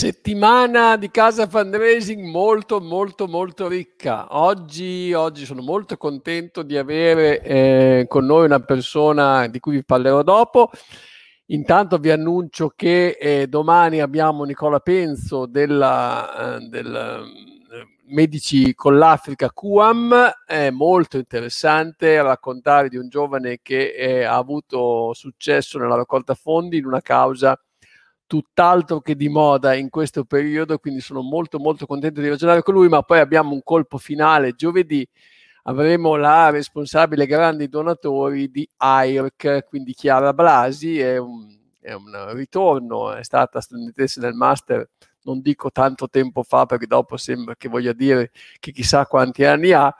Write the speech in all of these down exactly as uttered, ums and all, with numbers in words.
Settimana di Casa Fundraising molto molto molto ricca. Oggi, oggi sono molto contento di avere eh, con noi una persona di cui vi parlerò dopo. Intanto vi annuncio che eh, domani abbiamo Nicola Penzo della, eh, del eh, Medici con l'Africa Q A M. È molto interessante raccontare di un giovane che eh, ha avuto successo nella raccolta fondi in una causa tutt'altro che di moda in questo periodo, quindi sono molto molto contento di ragionare con lui. Ma poi abbiamo un colpo finale giovedì, avremo la responsabile grandi donatori di A I R C, quindi Chiara Blasi. È un, è un ritorno, è stata studentessa del master non dico tanto tempo fa, perché dopo sembra che voglia dire che chissà quanti anni ha.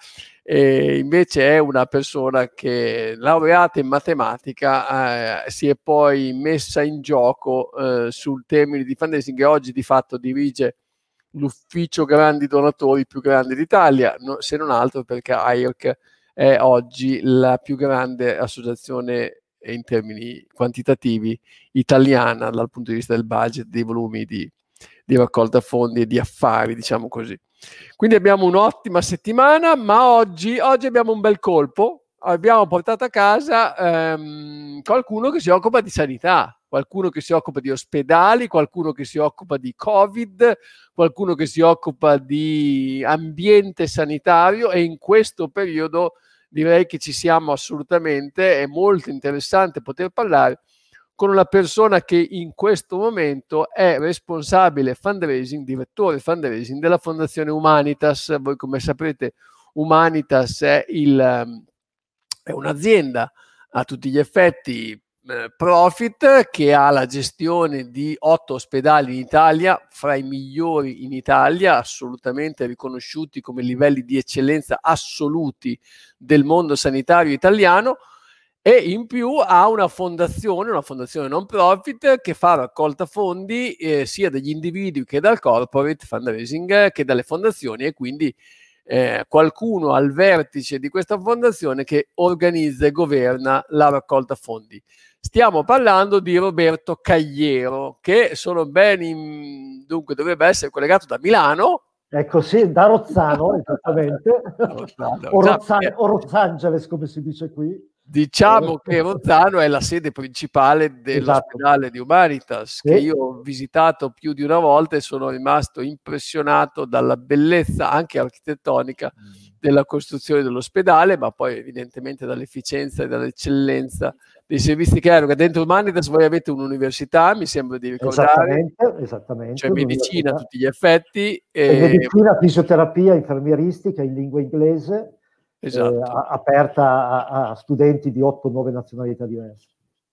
E invece è una persona che, laureata in matematica, eh, si è poi messa in gioco eh, sul termine di fundraising, e oggi di fatto dirige l'ufficio grandi donatori più grande d'Italia, no, se non altro perché A I R C è oggi la più grande associazione in termini quantitativi italiana dal punto di vista del budget, dei volumi di, di raccolta fondi e di affari, diciamo così. Quindi abbiamo un'ottima settimana, ma oggi, oggi abbiamo un bel colpo. Abbiamo portato a casa ehm, qualcuno che si occupa di sanità, qualcuno che si occupa di ospedali, qualcuno che si occupa di Covid, qualcuno che si occupa di ambiente sanitario, e in questo periodo direi che ci siamo assolutamente. È molto interessante poter parlare con una persona che in questo momento è responsabile fundraising, direttore fundraising della Fondazione Humanitas. Voi come saprete Humanitas è, il, è un'azienda a tutti gli effetti eh, profit, che ha la gestione di otto ospedali in Italia, fra i migliori in Italia, assolutamente riconosciuti come livelli di eccellenza assoluti del mondo sanitario italiano. E in più ha una fondazione, una fondazione non profit, che fa raccolta fondi eh, sia dagli individui che dal corporate fundraising, che dalle fondazioni, e quindi eh, qualcuno al vertice di questa fondazione che organizza e governa la raccolta fondi. Stiamo parlando di Roberto Cagliero, che sono ben in, dunque dovrebbe essere collegato da Milano. Ecco, sì, da Rozzano, esattamente. Rozzano, o, Rozzano, o Rozzangeles, come si dice qui. Diciamo che Rozzano è la sede principale dell'ospedale, esatto, di Humanitas, sì, che io ho visitato più di una volta e sono rimasto impressionato dalla bellezza anche architettonica della costruzione dell'ospedale, ma poi evidentemente dall'efficienza e dall'eccellenza dei servizi che hanno. Dentro Humanitas voi avete un'università, mi sembra di ricordare, esattamente, esattamente, cioè medicina a tutti gli effetti. E... E medicina, fisioterapia, infermieristica in lingua inglese. Esatto. Eh, aperta a, a studenti di otto nove nazionalità diverse.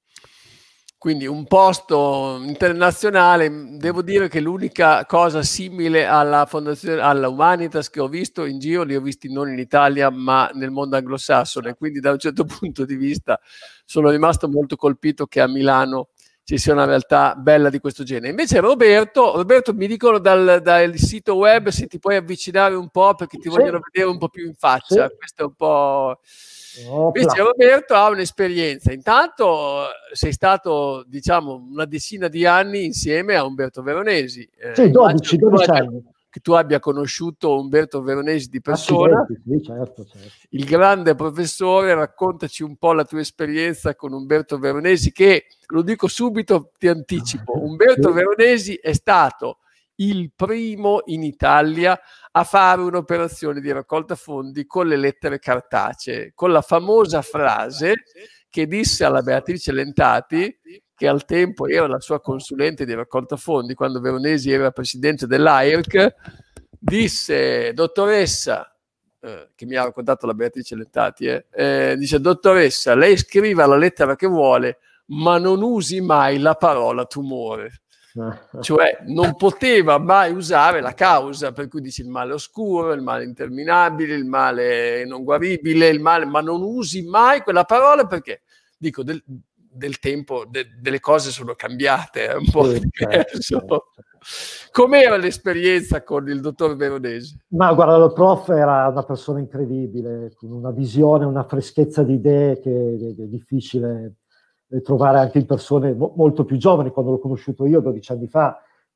Quindi un posto internazionale. Devo dire che l'unica cosa simile alla fondazione, alla Humanitas, che ho visto in giro, li ho visti non in Italia ma nel mondo anglosassone, quindi da un certo punto di vista sono rimasto molto colpito che a Milano ci sia una realtà bella di questo genere. Invece Roberto, Roberto mi dicono dal, dal sito web se ti puoi avvicinare un po', perché ti sì. vogliono vedere un po' più in faccia. Sì. Questo è un po'... Invece Roberto ha un'esperienza. Intanto sei stato, diciamo, una decina di anni insieme a Umberto Veronesi. Sì, dodici, dodici anni. Che tu abbia conosciuto Umberto Veronesi di persona. Sì, certo, certo. Il grande professore. Raccontaci un po' la tua esperienza con Umberto Veronesi, che, lo dico subito, ti anticipo, Umberto sì. Veronesi è stato il primo in Italia a fare un'operazione di raccolta fondi con le lettere cartacee, con la famosa frase che disse alla Beatrice Lentati, che al tempo era la sua consulente di raccolta fondi, quando Veronesi era presidente dell'A I R C, disse: dottoressa, eh, che mi ha raccontato la Beatrice Lentati, eh, eh, dice: dottoressa, lei scriva la lettera che vuole, ma non usi mai la parola tumore. Cioè non poteva mai usare la causa, per cui dice il male oscuro, il male interminabile, il male non guaribile, il male, ma non usi mai quella parola, perché dico del, del tempo, de, delle cose sono cambiate, è un po' sì, diverso. Certo. Com'era l'esperienza con il dottor Veronesi? Ma guarda, il prof era una persona incredibile, con una visione, una freschezza di idee che è difficile trovare anche in persone mo molto più giovani. Quando l'ho conosciuto io dodici anni fa,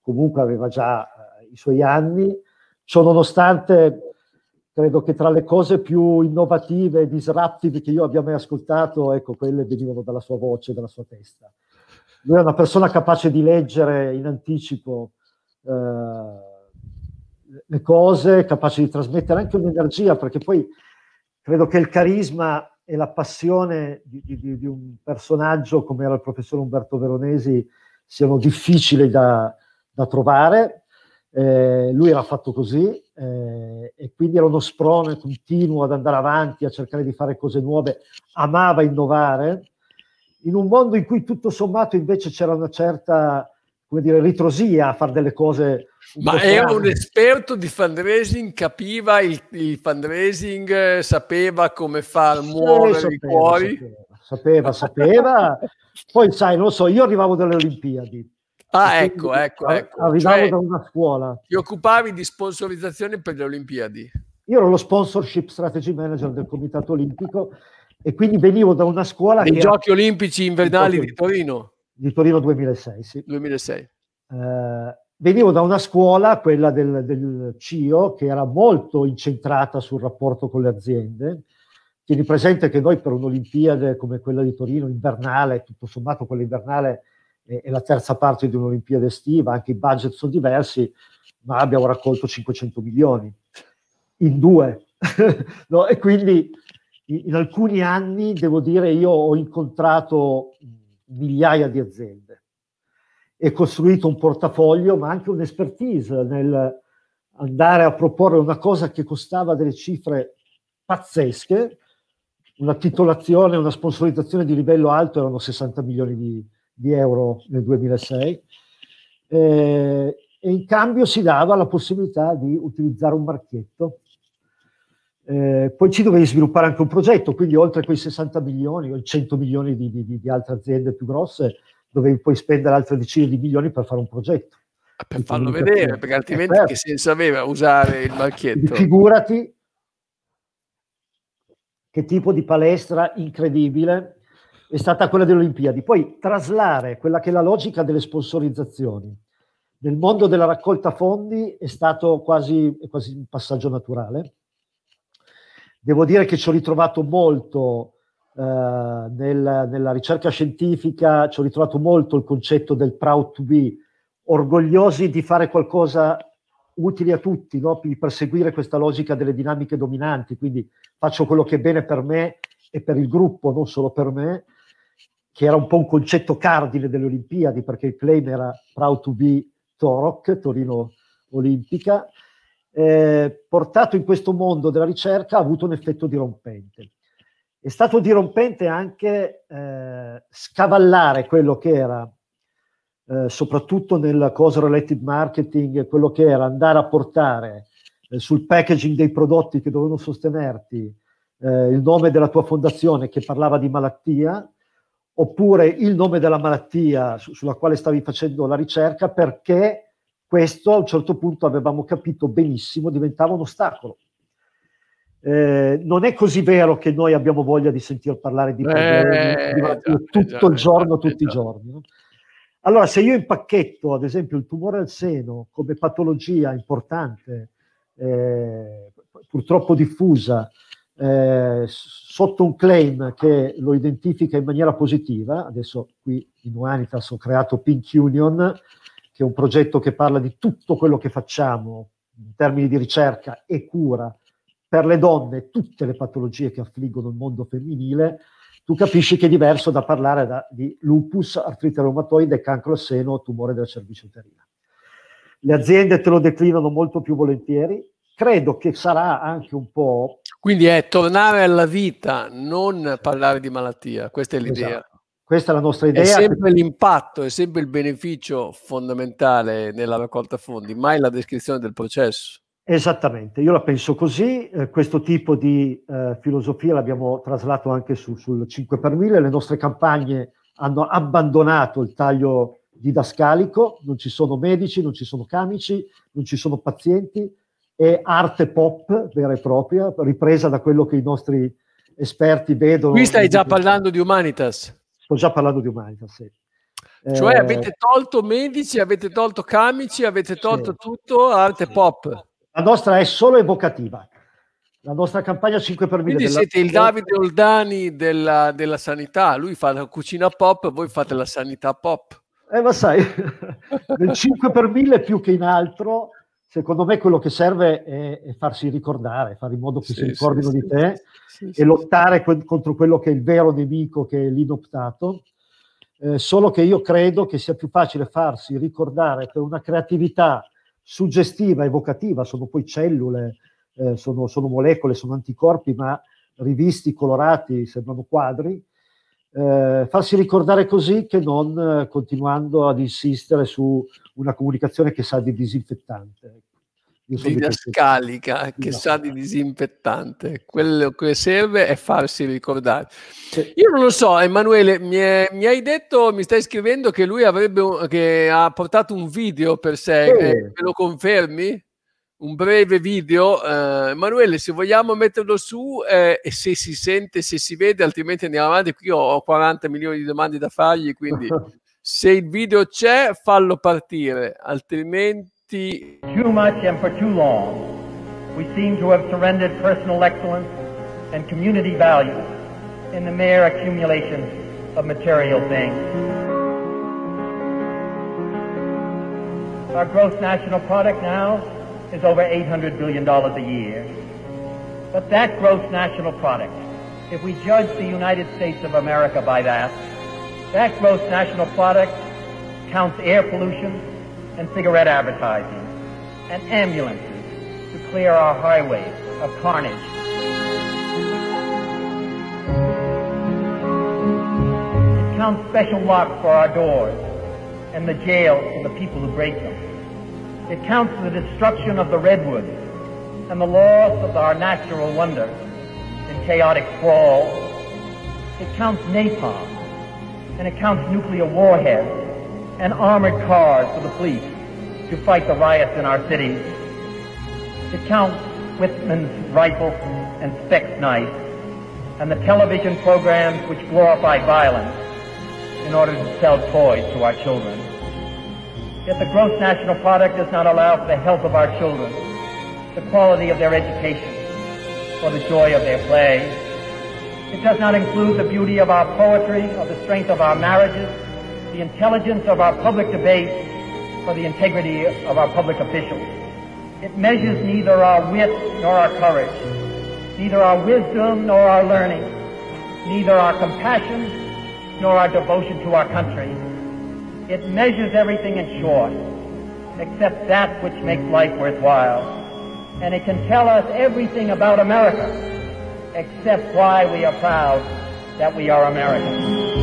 comunque aveva già eh, i suoi anni. Ciò nonostante, credo che tra le cose più innovative e disruptive che io abbia mai ascoltato, ecco, quelle venivano dalla sua voce, dalla sua testa. Lui è una persona capace di leggere in anticipo eh, le cose, capace di trasmettere anche un'energia, perché poi credo che il carisma e la passione di, di, di un personaggio come era il professor Umberto Veronesi siano difficili da, da trovare. Eh, lui era fatto così eh, e quindi era uno sprone continuo ad andare avanti, a cercare di fare cose nuove, amava innovare, in un mondo in cui tutto sommato invece c'era una certa, come dire, ritrosia a fare delle cose un Ma po' era strane. un esperto di fundraising, capiva il, il fundraising, sapeva come far Sì, muovere sapeva, i cuori. Sapeva, sapeva, sapeva. Poi sai, non lo so, io arrivavo dalle Olimpiadi. Ah, E ecco, quindi ecco, a- ecco. arrivavo Cioè, da una scuola. ti occupavi di sponsorizzazione per le Olimpiadi. Io ero lo sponsorship strategy manager del Comitato Olimpico e quindi venivo da una scuola Dei che era Giochi Olimpici Invernali di Torino. di Torino duemilasei, sì. duemilasei. Eh, venivo da una scuola, quella del, del C I O, che era molto incentrata sul rapporto con le aziende. Tieni presente che noi per un'Olimpiade come quella di Torino, invernale, tutto sommato quella invernale è, è la terza parte di un'Olimpiade estiva, anche i budget sono diversi, ma abbiamo raccolto cinquecento milioni in due. No? E quindi in, in alcuni anni, devo dire, io ho incontrato migliaia di aziende e costruito un portafoglio, ma anche un'expertise nel andare a proporre una cosa che costava delle cifre pazzesche. Una titolazione, una sponsorizzazione di livello alto erano sessanta milioni di, di euro nel duemilasei, eh, e in cambio si dava la possibilità di utilizzare un marchietto. Eh, poi ci dovevi sviluppare anche un progetto, quindi oltre a quei sessanta milioni o i cento milioni di, di, di altre aziende più grosse, dovevi poi spendere altre decine di milioni per fare un progetto. Per farlo vedere, perché altrimenti eh, certo. Che senso aveva usare il marchietto? Quindi figurati che tipo di palestra incredibile è stata quella delle Olimpiadi. Poi traslare quella che è la logica delle sponsorizzazioni nel mondo della raccolta fondi è stato quasi, è quasi un passaggio naturale. Devo dire che ci ho ritrovato molto eh, nel, nella ricerca scientifica, ci ho ritrovato molto il concetto del proud to be, orgogliosi di fare qualcosa utile a tutti, no? Di perseguire questa logica delle dinamiche dominanti, quindi faccio quello che è bene per me e per il gruppo, non solo per me, che era un po' un concetto cardine delle Olimpiadi, perché il claim era proud to be Torok, Torino Olimpica. Eh, portato in questo mondo della ricerca ha avuto un effetto dirompente. È stato dirompente anche eh, scavallare quello che era, eh, soprattutto nel cost related marketing, quello che era andare a portare eh, sul packaging dei prodotti che dovevano sostenerti eh, il nome della tua fondazione che parlava di malattia, oppure il nome della malattia su, sulla quale stavi facendo la ricerca, perché questo a un certo punto avevamo capito benissimo diventava un ostacolo. Eh, non è così vero che noi abbiamo voglia di sentir parlare di problemi, eh, di malattie, già, tutto già, il giorno, già, tutti i giorni. No? Allora, se io impacchetto, ad esempio, il tumore al seno come patologia importante, eh, purtroppo diffusa, eh, sotto un claim che lo identifica in maniera positiva, adesso qui in Humanitas ho creato Pink Union, che è un progetto che parla di tutto quello che facciamo in termini di ricerca e cura per le donne, tutte le patologie che affliggono il mondo femminile, tu capisci che è diverso da parlare da, di lupus, artrite reumatoide, cancro al seno, tumore della cervice uterina. Le aziende te lo declinano molto più volentieri. Credo che sarà anche un po'... Quindi è tornare alla vita, non parlare di malattia, questa è l'idea. Esatto. Questa è la nostra idea. È sempre che... l'impatto, è sempre il beneficio fondamentale nella raccolta fondi, mai la descrizione del processo. Esattamente, io la penso così, eh, questo tipo di eh, filosofia l'abbiamo traslato anche su, sul cinque per mille, le nostre campagne hanno abbandonato il taglio didascalico, non ci sono medici, non ci sono camici, non ci sono pazienti, è arte pop vera e propria, ripresa da quello che i nostri esperti vedono. Qui stai già parlando di Humanitas. Sto già parlando di Humanitas, sì. Cioè Eh, avete tolto Medici, avete tolto Camici, avete tolto sì. tutto, arte pop. La nostra è solo evocativa. La nostra campagna cinque per mille Quindi della... siete il Davide Oldani della, della sanità, lui fa la cucina pop, voi fate la sanità pop. Eh, ma sai, nel cinque per mille più che in altro, secondo me quello che serve è, è farsi ricordare, fare in modo che Sì, si ricordino sì, di sì, te sì, e sì, lottare que- contro quello che è il vero nemico, che è l'inoptato. Eh, solo che io credo che sia più facile farsi ricordare per una creatività suggestiva, evocativa, sono poi cellule, eh, sono, sono molecole, sono anticorpi, ma rivisti, colorati, sembrano quadri. Eh, farsi ricordare così che non eh, continuando ad insistere su una comunicazione che sa di disinfettante. Io sono di questo. didascalica, che No. sa di disinfettante. Quello che serve è farsi ricordare. Sì. Io non lo so, Emanuele, mi, è, mi hai detto, mi stai scrivendo che lui avrebbe un- che ha portato un video per sé, eh, Sì. me lo confermi? Un breve video, eh, Emanuele, se vogliamo metterlo su eh, e se si sente, se si vede, altrimenti andiamo avanti. Qui ho, ho quaranta milioni di domande da fargli, quindi se il video c'è, fallo partire, altrimenti... Too much and for too long, we seem to have surrendered personal excellence and community values in the mere accumulation of material things. Our gross national product now is over eight hundred billion dollars a year. But that gross national product, if we judge the United States of America by that, that gross national product counts air pollution and cigarette advertising and ambulances to clear our highways of carnage. It counts special locks for our doors and the jails for the people who break them. It counts the destruction of the redwoods and the loss of our natural wonders in chaotic sprawl. It counts napalm, and it counts nuclear warheads and armored cars for the police to fight the riots in our cities. It counts Whitman's rifle and Speck's knife, and the television programs which glorify violence in order to sell toys to our children. Yet the gross national product does not allow for the health of our children, the quality of their education, or the joy of their play. It does not include the beauty of our poetry, or the strength of our marriages, the intelligence of our public debate, or the integrity of our public officials. It measures neither our wit nor our courage, neither our wisdom nor our learning, neither our compassion nor our devotion to our country. It measures everything in short, except that which makes life worthwhile. And it can tell us everything about America, except why we are proud that we are Americans.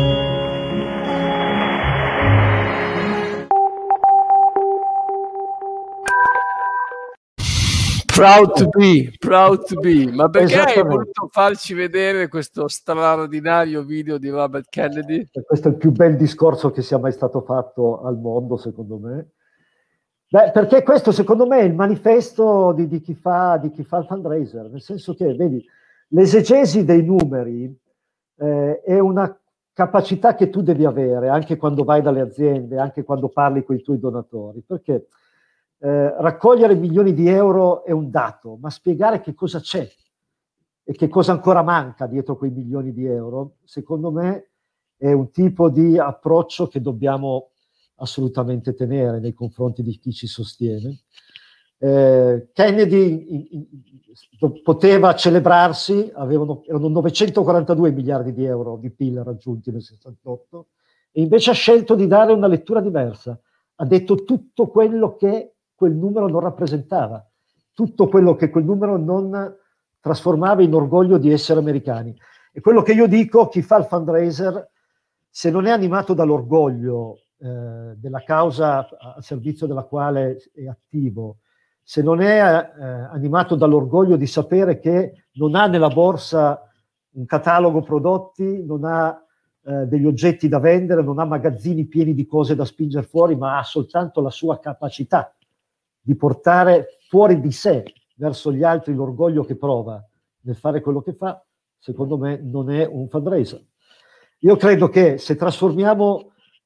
Proud to be, proud to be. Ma perché hai Esattamente. voluto farci vedere questo straordinario video di Robert Kennedy? Questo è il più bel discorso che sia mai stato fatto al mondo, secondo me. Beh, perché questo, secondo me, è il manifesto di, di, chi fa, di chi fa il fundraiser, nel senso che, vedi, l'esegesi dei numeri eh, è una capacità che tu devi avere anche quando vai dalle aziende, anche quando parli con i tuoi donatori, perché eh, raccogliere milioni di euro è un dato, ma spiegare che cosa c'è e che cosa ancora manca dietro quei milioni di euro, secondo me è un tipo di approccio che dobbiamo assolutamente tenere nei confronti di chi ci sostiene. Eh, Kennedy in, in, in, poteva celebrarsi, avevano, erano novecentoquarantadue miliardi di euro di P I L raggiunti nel sessantotto, e invece ha scelto di dare una lettura diversa. Ha detto tutto quello che quel numero non rappresentava, tutto quello che quel numero non trasformava in orgoglio di essere americani. E quello che io dico, chi fa il fundraiser, se non è animato dall'orgoglio eh, della causa a servizio della quale è attivo, se non è eh, animato dall'orgoglio di sapere che non ha nella borsa un catalogo prodotti, non ha eh, degli oggetti da vendere, non ha magazzini pieni di cose da spingere fuori, ma ha soltanto la sua capacità di portare fuori di sé verso gli altri l'orgoglio che prova nel fare quello che fa, secondo me non è un fundraiser. Io credo che se trasformiamo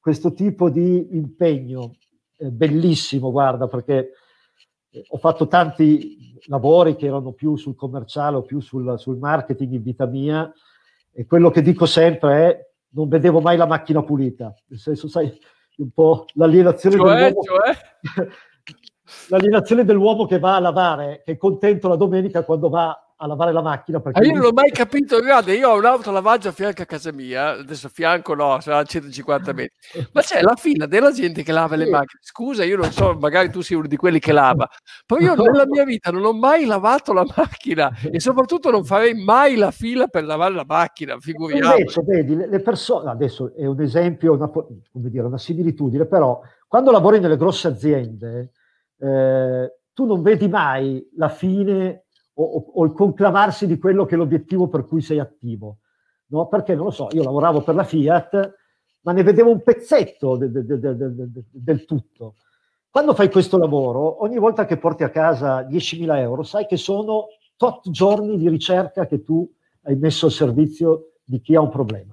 questo tipo di impegno eh, bellissimo, guarda, perché eh, ho fatto tanti lavori che erano più sul commerciale o più sul, sul marketing in vita mia, e quello che dico sempre è: non vedevo mai la macchina pulita, nel senso, sai, un po' l'alienazione Cioè, dell'uomo, cioè? l'alienazione dell'uomo che va a lavare, che è contento la domenica quando va a lavare la macchina. Perché Ah, io non l'ho mai capito, guarda, io ho un autolavaggio a fianco a casa mia, adesso a fianco no, sarà a centocinquanta metri, ma c'è la fila della gente che lava sì. le macchine. Scusa, io non so, magari tu sei uno di quelli che lava, però io nella mia vita non ho mai lavato la macchina e soprattutto non farei mai la fila per lavare la macchina, figuriamoci. Invece, vedi, le, le persone, adesso è un esempio, una, come dire, una similitudine, però quando lavori nelle grosse aziende, eh, tu non vedi mai la fine o, o, o il conclamarsi di quello che è l'obiettivo per cui sei attivo, no? Perché, non lo so, io lavoravo per la Fiat, ma ne vedevo un pezzetto de, de, de, de, de, de, del tutto. Quando fai questo lavoro, ogni volta che porti a casa diecimila euro, sai che sono tot giorni di ricerca che tu hai messo al servizio di chi ha un problema.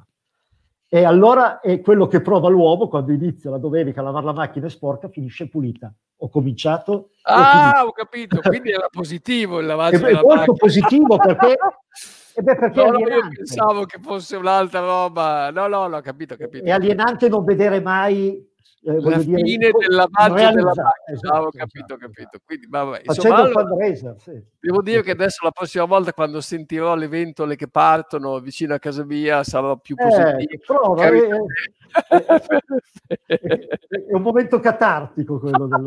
E allora è quello che prova l'uomo quando inizia la domenica a lavare la macchina sporca, finisce pulita. Ho cominciato. Ah, ho, ho capito, quindi era positivo il lavaggio è, della è molto macchina. positivo perché, e beh, perché no, è no, io alienante. pensavo che fosse un'altra roba. No, no, no, ho capito, ho capito. È alienante non vedere mai eh, la dire, fine del lavaggio della macchina. Esatto, Ah, ho capito, esatto, ho capito. esatto. Quindi, vabbè, Facendo insomma, il fundraiser, sì. Devo dire che adesso la prossima volta quando sentirò le ventole che partono vicino a casa mia sarò più positivo. Eh, prova, è, è, è, è un momento catartico quello del...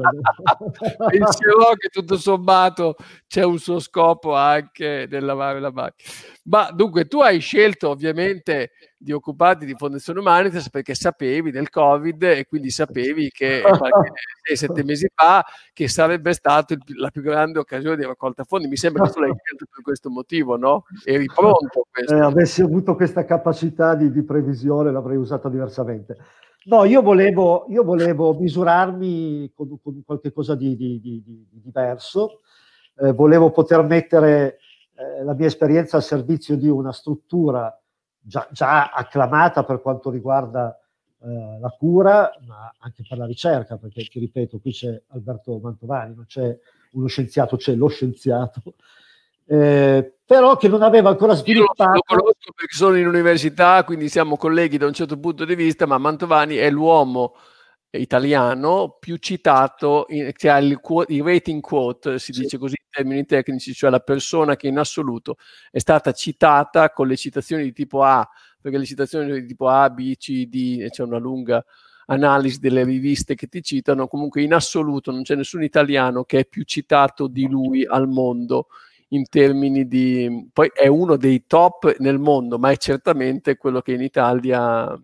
Penserò che tutto sommato c'è un suo scopo anche nel lavare la macchina. Ma dunque tu hai scelto ovviamente di occuparti di Fondazione Humanitas perché sapevi del Covid e quindi sapevi che qualche sei, sette mesi fa che sarebbe stata la più grande occasione di raccolta fondi. Mi sembra che tu l'hai scelto per questo motivo, no? Eri pronto a questo. Eh, avessi avuto questa capacità di, di previsione l'avrei usata diversamente. No, io volevo, io volevo misurarmi con, con qualche cosa di, di, di, di diverso, eh, volevo poter mettere eh, la mia esperienza al servizio di una struttura già, già acclamata per quanto riguarda eh, la cura, ma anche per la ricerca, perché ti ripeto, qui c'è Alberto Mantovani, non c'è uno scienziato, c'è lo scienziato. Eh, però che non aveva ancora sviluppato. Io lo, lo conosco perché sono in università, quindi siamo colleghi da un certo punto di vista, ma Mantovani è l'uomo italiano più citato, in, che ha il, il rating quote, si sì. dice così in termini tecnici, cioè la persona che in assoluto è stata citata con le citazioni di tipo A, perché le citazioni di tipo A, B, C, D, c'è una lunga analisi delle riviste che ti citano, comunque in assoluto non c'è nessun italiano che è più citato di lui al mondo in termini di... poi è uno dei top nel mondo, ma è certamente quello che in Italia...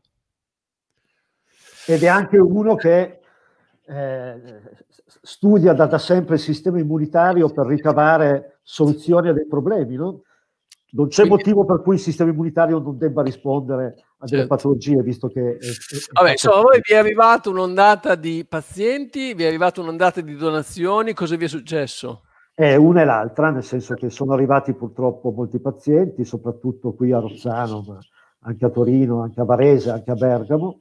Ed è anche uno che eh, studia da, da sempre il sistema immunitario per ricavare soluzioni a dei problemi, no? Non c'è Quindi, motivo per cui il sistema immunitario non debba rispondere a delle certo. patologie, visto che... È, è Vabbè, insomma, a voi vi è arrivata un'ondata di pazienti, vi è arrivata un'ondata di donazioni, cosa vi è successo? È una e l'altra, nel senso che sono arrivati purtroppo molti pazienti, soprattutto qui a Rozzano, ma anche a Torino, anche a Varese, anche a Bergamo.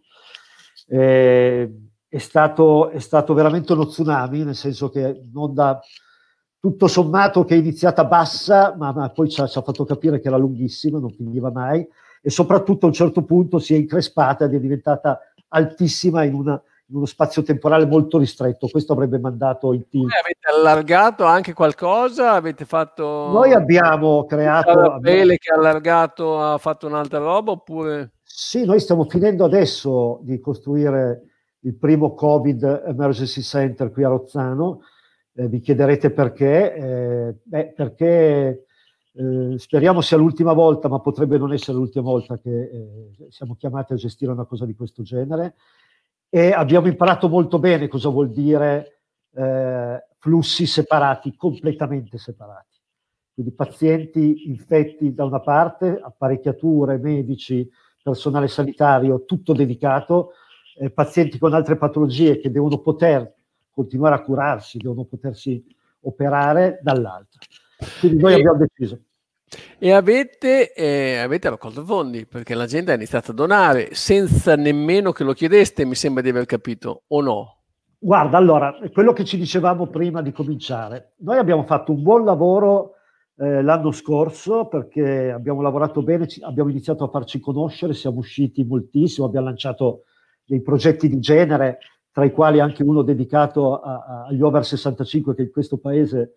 Eh, è, stato, è stato veramente uno tsunami, nel senso che non da tutto sommato che è iniziata bassa, ma, ma poi ci ha, ci ha fatto capire che era lunghissima, non finiva mai, e soprattutto a un certo punto si è increspata ed è diventata altissima in una... in uno spazio temporale molto ristretto. Questo avrebbe mandato il team. Voi avete allargato anche qualcosa? Avete fatto... Noi abbiamo creato... Abbiamo... che ha allargato, ha fatto un'altra roba oppure... Sì, noi stiamo finendo adesso di costruire il primo Covid Emergency Center qui a Rozzano. Eh, vi chiederete perché. Eh, beh, perché eh, speriamo sia l'ultima volta, ma potrebbe non essere l'ultima volta che eh, siamo chiamati a gestire una cosa di questo genere. E abbiamo imparato molto bene cosa vuol dire eh, flussi separati, completamente separati. Quindi pazienti infetti da una parte, apparecchiature, medici, personale sanitario, tutto dedicato, eh, pazienti con altre patologie che devono poter continuare a curarsi, devono potersi operare dall'altra. Quindi noi e, abbiamo deciso. E avete, eh, avete raccolto fondi, perché la gente ha iniziato a donare senza nemmeno che lo chiedeste, mi sembra di aver capito, o no? Guarda, allora, quello che ci dicevamo prima di cominciare, noi abbiamo fatto un buon lavoro eh, l'anno scorso perché abbiamo lavorato bene, ci, abbiamo iniziato a farci conoscere, siamo usciti moltissimo, abbiamo lanciato dei progetti di genere, tra i quali anche uno dedicato a, a, agli over sessantacinque che in questo paese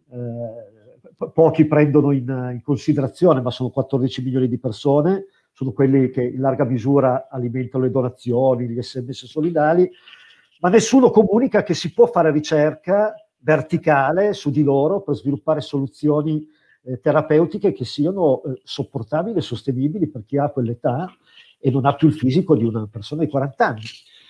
eh, pochi prendono in, in considerazione, ma sono quattordici milioni di persone, sono quelli che in larga misura alimentano le donazioni, gli S M S solidali, ma nessuno comunica che si può fare ricerca verticale su di loro per sviluppare soluzioni eh, terapeutiche che siano eh, sopportabili e sostenibili per chi ha quell'età e non ha più il fisico di una persona di quaranta anni.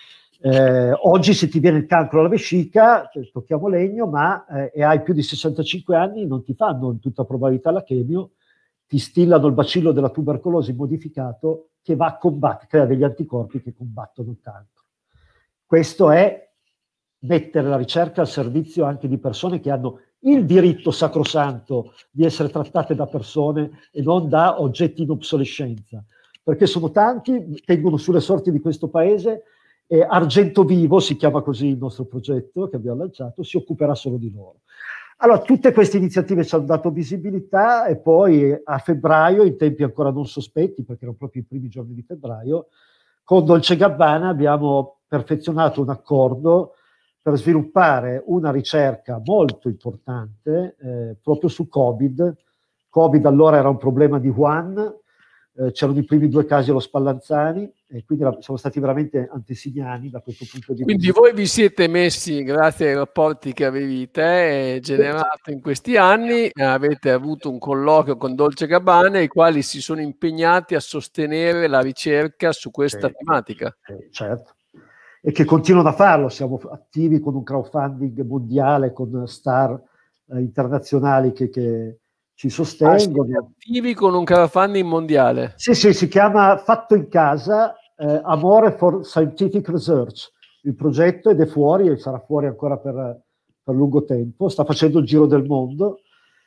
Eh, oggi se ti viene il cancro alla vescica, tocchiamo legno, ma eh, e hai più di sessantacinque anni, non ti fanno in tutta probabilità la chemio, ti stillano il bacillo della tubercolosi modificato che va a combattere, crea degli anticorpi che combattono il cancro. Questo è mettere la ricerca al servizio anche di persone che hanno il diritto sacrosanto di essere trattate da persone e non da oggetti in obsolescenza, perché sono tanti, tengono sulle sorti di questo paese e Argento Vivo, si chiama così il nostro progetto che abbiamo lanciato, si occuperà solo di loro. Allora, tutte queste iniziative ci hanno dato visibilità e poi a febbraio, in tempi ancora non sospetti, perché erano proprio i primi giorni di febbraio, con Dolce Gabbana abbiamo perfezionato un accordo per sviluppare una ricerca molto importante eh, proprio su Covid. Covid allora era un problema di Wuhan, eh, c'erano i primi due casi allo Spallanzani e quindi la, siamo stati veramente antesignani da questo punto di quindi vista. Quindi voi vi siete messi, grazie ai rapporti che avevi te e generato in questi anni, avete avuto un colloquio con Dolce Gabbana, i quali si sono impegnati a sostenere la ricerca su questa Sì, tematica. sì, certo. E che continuano a farlo, siamo attivi con un crowdfunding mondiale, con star eh, internazionali che, che ci sostengono. Ah, siete attivi con un crowdfunding mondiale? Sì, sì, si chiama Fatto in Casa, eh, Amore for Scientific Research, il progetto, ed è fuori e sarà fuori ancora per, per lungo tempo, sta facendo il giro del mondo.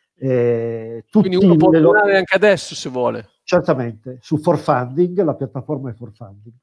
Eh, Quindi uno può le donare anche adesso se vuole? Certamente, su For Funding, la piattaforma è For Funding.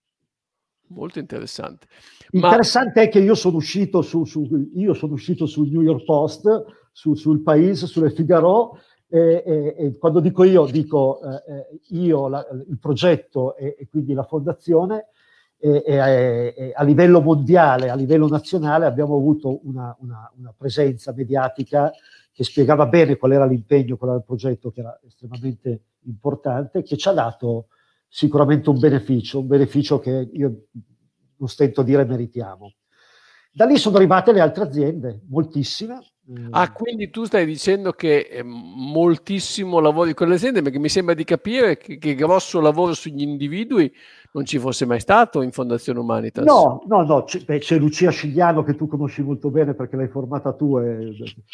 Molto interessante. Interessante Ma... è che io sono uscito su, su io sono uscito sul New York Post, su, sul País, sulle Figaro, e, e, e quando dico io, dico eh, io, la, il progetto e, e quindi la fondazione, e, e, e a livello mondiale, a livello nazionale abbiamo avuto una, una, una presenza mediatica che spiegava bene qual era l'impegno, qual era il progetto, che era estremamente importante, che ci ha dato sicuramente un beneficio, un beneficio che io non stento a dire meritiamo. Da lì sono arrivate le altre aziende, moltissime. Ah, quindi tu stai dicendo che eh, moltissimo lavori con le aziende, perché mi sembra di capire che, che grosso lavoro sugli individui non ci fosse mai stato in Fondazione Humanitas. No, no, no, c'è Lucia Scigliano che tu conosci molto bene perché l'hai formata tu e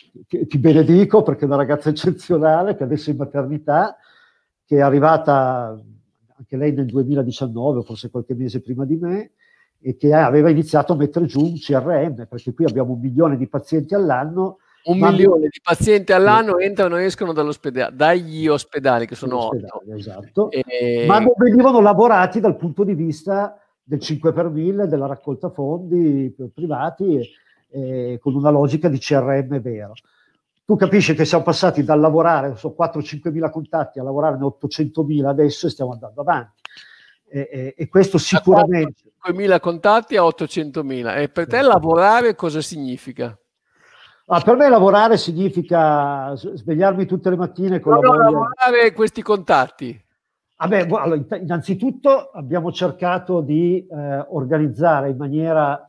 ti benedico perché è una ragazza eccezionale che adesso è in maternità, che è arrivata anche lei nel duemiladiciannove, forse qualche mese prima di me, e che aveva iniziato a mettere giù un C R M, perché qui abbiamo un milione di pazienti all'anno. Un milione di pazienti all'anno entrano e escono dall'ospedale, dagli ospedali, che sono otto. Esatto. E... Ma non venivano lavorati dal punto di vista del cinque per mille, della raccolta fondi privati, e, e con una logica di C R M vero. Tu capisci che siamo passati dal lavorare, so, quattro cinque mila contatti a lavorarne ottocentomila adesso e stiamo andando avanti. E, e, e questo sicuramente... cinquemila contatti a ottocentomila. E per te lavorare cosa significa? Ah, per me lavorare significa svegliarmi tutte le mattine con no, la voglia... No, lavorare questi contatti. Vabbè, allora, innanzitutto abbiamo cercato di eh, organizzare in maniera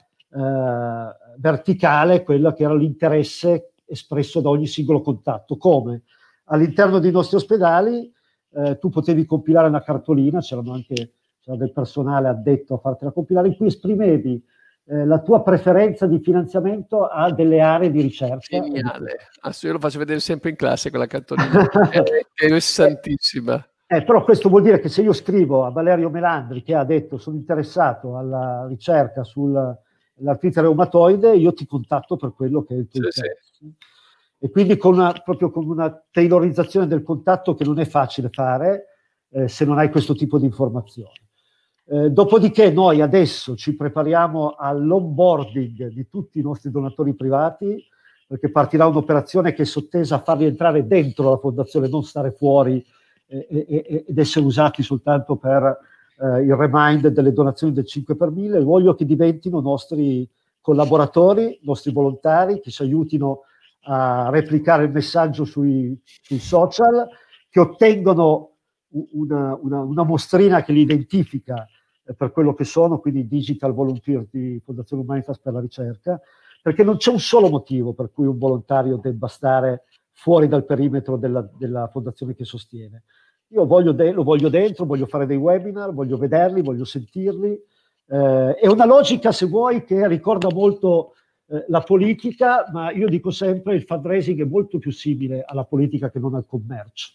eh, verticale quello che era l'interesse espresso da ogni singolo contatto. Come? All'interno dei nostri ospedali eh, tu potevi compilare una cartolina, c'erano anche c'era del personale addetto a fartela compilare, in cui esprimevi eh, la tua preferenza di finanziamento a delle aree di ricerca. Geniale, adesso io lo faccio vedere sempre in classe quella cartolina, è interessantissima. Eh, però questo vuol dire che se io scrivo a Valerio Melandri che ha detto sono interessato alla ricerca sull'artrite reumatoide, io ti contatto per quello che è il tuo sì, interesse. Sì. e quindi con una, proprio con una tailorizzazione del contatto che non è facile fare eh, se non hai questo tipo di informazioni. Eh, dopodiché noi adesso ci prepariamo all'onboarding di tutti i nostri donatori privati, perché partirà un'operazione che è sottesa a farli entrare dentro la fondazione, non stare fuori eh, eh, ed essere usati soltanto per eh, il remind delle donazioni del cinque per mille. Voglio che diventino nostri collaboratori, nostri volontari, che ci aiutino a replicare il messaggio sui, sui social, che ottengono una, una, una mostrina che li identifica per quello che sono, quindi Digital Volunteer di Fondazione Humanitas per la ricerca, perché non c'è un solo motivo per cui un volontario debba stare fuori dal perimetro della, della fondazione che sostiene. Io voglio de- lo voglio dentro, voglio fare dei webinar, voglio vederli, voglio sentirli. Eh, è una logica, se vuoi, che ricorda molto eh, la politica, ma io dico sempre il fundraising è molto più simile alla politica che non al commercio.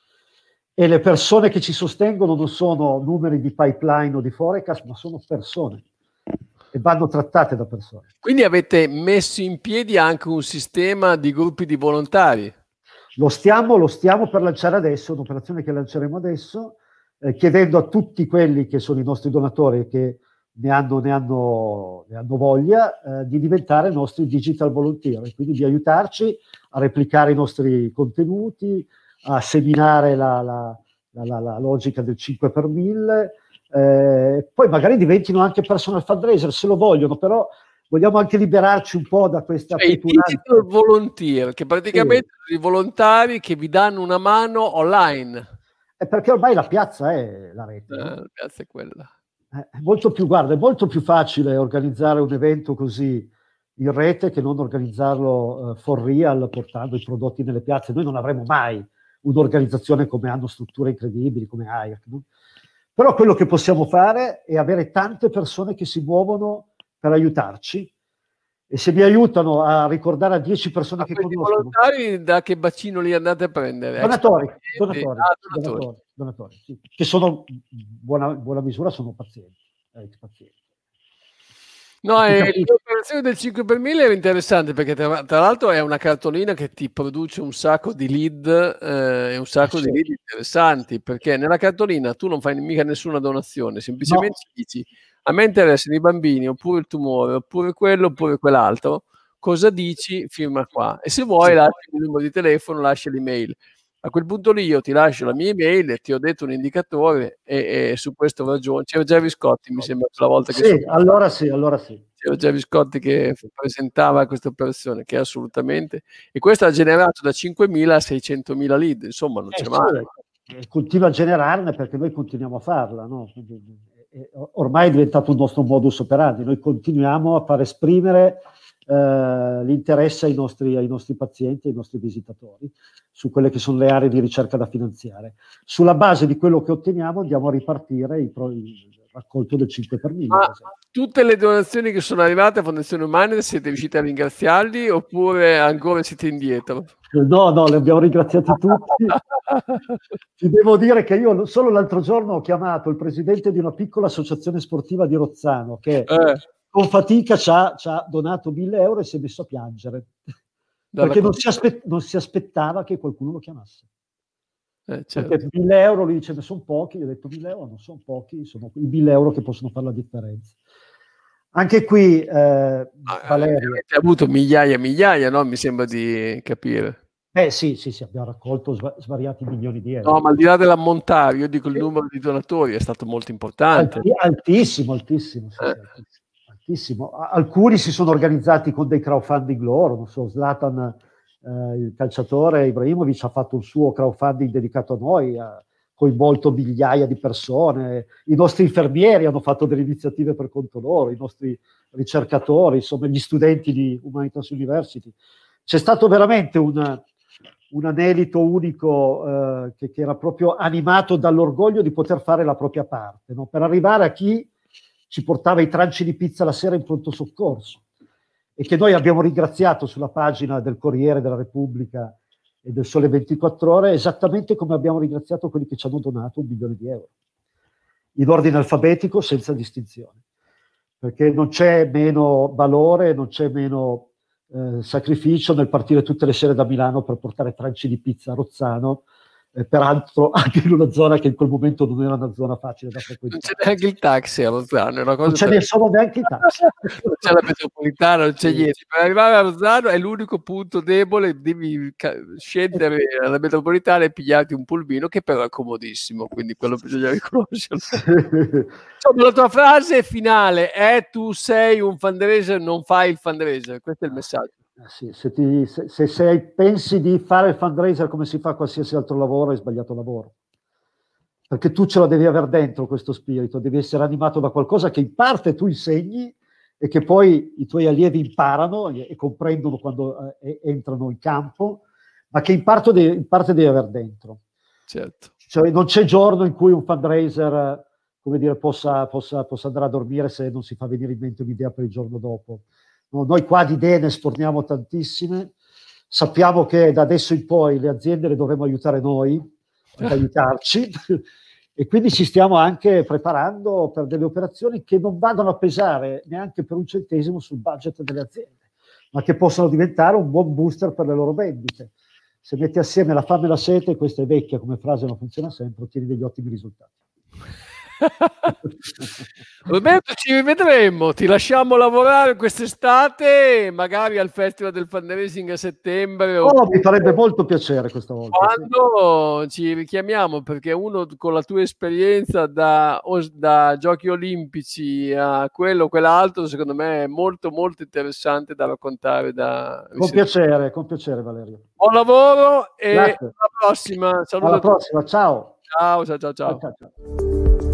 E le persone che ci sostengono non sono numeri di pipeline o di forecast, ma sono persone e vanno trattate da persone. Quindi avete messo in piedi anche un sistema di gruppi di volontari? Lo stiamo, lo stiamo per lanciare adesso, un'operazione che lanceremo adesso, eh, chiedendo a tutti quelli che sono i nostri donatori e che ne hanno, ne hanno, ne hanno voglia eh, di diventare nostri digital volunteer, e quindi di aiutarci a replicare i nostri contenuti, a seminare la, la, la, la, la logica del cinque per mille, eh, poi magari diventino anche personal fundraiser se lo vogliono, però vogliamo anche liberarci un po' da questa cioè, i digital volunteer, che praticamente sì. sono i volontari che vi danno una mano online. È perché ormai la piazza è la rete. Eh, no? La piazza è quella. È molto più, guarda, è molto più facile organizzare un evento così in rete che non organizzarlo uh, for real, portando i prodotti nelle piazze. Noi non avremo mai un'organizzazione come hanno strutture incredibili, come A I A C, no? Però quello che possiamo fare è avere tante persone che si muovono per aiutarci, e se vi aiutano a ricordare a dieci persone a che questi conoscono. Volontari da che bacino li andate a prendere? Donatori, donatori, ah, donatori. donatori, donatori sì, che sono, buona, buona misura, sono pazienti, eh, pazienti. No, eh, l'operazione del cinque per mille è interessante perché tra, tra l'altro è una cartolina che ti produce un sacco di lead eh, e un sacco eh, di lead interessanti, perché nella cartolina tu non fai mica nessuna donazione, semplicemente no. dici a me interessano i bambini, oppure il tumore, oppure quello, oppure quell'altro, cosa dici? Firma qua. E se vuoi sì. lasci il numero di telefono, lasci l'email. A quel punto lì io ti lascio la mia email e ti ho detto un indicatore e, e su questo ragione. C'era Gerry Scotti, mi sembra, la volta che... Sì, allora sì, allora sì. C'era Gerry Scotti che presentava questa operazione, che assolutamente... E questo ha generato da cinquemila a seicentomila lead, insomma, non eh, c'è male. Sì, continua a generarne perché noi continuiamo a farla, no? Quindi, ormai è diventato un nostro modus operandi, noi continuiamo a far esprimere eh, l'interesse ai nostri, ai nostri pazienti, ai nostri visitatori, su quelle che sono le aree di ricerca da finanziare. Sulla base di quello che otteniamo andiamo a ripartire il, pro, il raccolto del cinque per mille. Ma tutte le donazioni che sono arrivate a Fondazione Humanitas siete riusciti a ringraziarli oppure ancora siete indietro? No, no, li abbiamo ringraziati tutti. Ti devo dire che io solo l'altro giorno ho chiamato il presidente di una piccola associazione sportiva di Rozzano che eh. con fatica ci ha, ci ha donato mille euro e si è messo a piangere. Dalla perché non si, aspe- non si aspettava che qualcuno lo chiamasse. Eh, certo. Perché mille euro, lui dice, ne sono pochi, io ho detto mille euro non sono pochi, sono i mille euro che possono fare la differenza. Anche qui, eh, ah, Valerio... Avete avuto migliaia e migliaia, no? Mi sembra di capire. Eh sì, sì, sì, abbiamo raccolto sva- svariati milioni di euro. No, ma al di là dell'ammontare, io dico il numero di donatori è stato molto importante. Alti- altissimo, altissimo, sì, eh. sì, altissimo, altissimo. Alcuni si sono organizzati con dei crowdfunding loro, non so, Zlatan, eh, il calciatore Ibrahimovic ha fatto un suo crowdfunding dedicato a noi, ha coinvolto migliaia di persone, i nostri infermieri hanno fatto delle iniziative per conto loro, i nostri ricercatori, insomma gli studenti di Humanitas University. C'è stato veramente un, un anelito unico eh, che, che era proprio animato dall'orgoglio di poter fare la propria parte, no? Per arrivare a chi ci portava i tranci di pizza la sera in pronto soccorso e che noi abbiamo ringraziato sulla pagina del Corriere della Repubblica e del Sole ventiquattro Ore, esattamente come abbiamo ringraziato quelli che ci hanno donato un milione di euro, in ordine alfabetico, senza distinzione, perché non c'è meno valore, non c'è meno eh, sacrificio nel partire tutte le sere da Milano per portare tranci di pizza a Rozzano, eh, peraltro anche in una zona che in quel momento non era una zona facile da frequentare. Non c'è neanche il taxi a Rozzano, è una cosa non ce per... ne sono neanche i taxi. Non c'è la metropolitana, non c'è Sì. niente. Per arrivare a Rozzano è l'unico punto debole, devi ca- scendere alla metropolitana e pigliarti un pulmino, che però è comodissimo, quindi quello bisogna riconoscerlo. Insomma, la tua frase finale è: tu sei un fundraiser, non fai il fundraiser. Questo è il messaggio. Sì, se, ti, se, se, se pensi di fare il fundraiser come si fa qualsiasi altro lavoro, hai sbagliato lavoro. Perché tu ce la devi avere dentro questo spirito, devi essere animato da qualcosa che in parte tu insegni e che poi i tuoi allievi imparano e, e comprendono quando eh, entrano in campo, ma che in parte devi, in parte devi avere dentro. Certo. Cioè, non c'è giorno in cui un fundraiser, come dire, possa, possa, possa andare a dormire se non si fa venire in mente un'idea per il giorno dopo. No, noi qua di idee ne sporniamo tantissime, sappiamo che da adesso in poi le aziende le dovremo aiutare noi, ad aiutarci, e quindi ci stiamo anche preparando per delle operazioni che non vadano a pesare neanche per un centesimo sul budget delle aziende, ma che possano diventare un buon booster per le loro vendite. Se metti assieme la fame e la sete, questa è vecchia come frase ma funziona sempre, ottieni degli ottimi risultati. Roberto, ci rivedremo, ti lasciamo lavorare quest'estate, magari al Festival del Fundraising a settembre. Oh, oppure... mi farebbe molto piacere questa volta. Quando sì. Ci richiamiamo, perché uno con la tua esperienza da, da giochi olimpici a quello o quell'altro, secondo me è molto molto interessante da raccontare. Da... Con piacere, con piacere Valerio. Buon lavoro e Grazie. alla prossima. Saluto alla prossima, ciao. Ciao, ciao, ciao, ciao. ciao, ciao, ciao.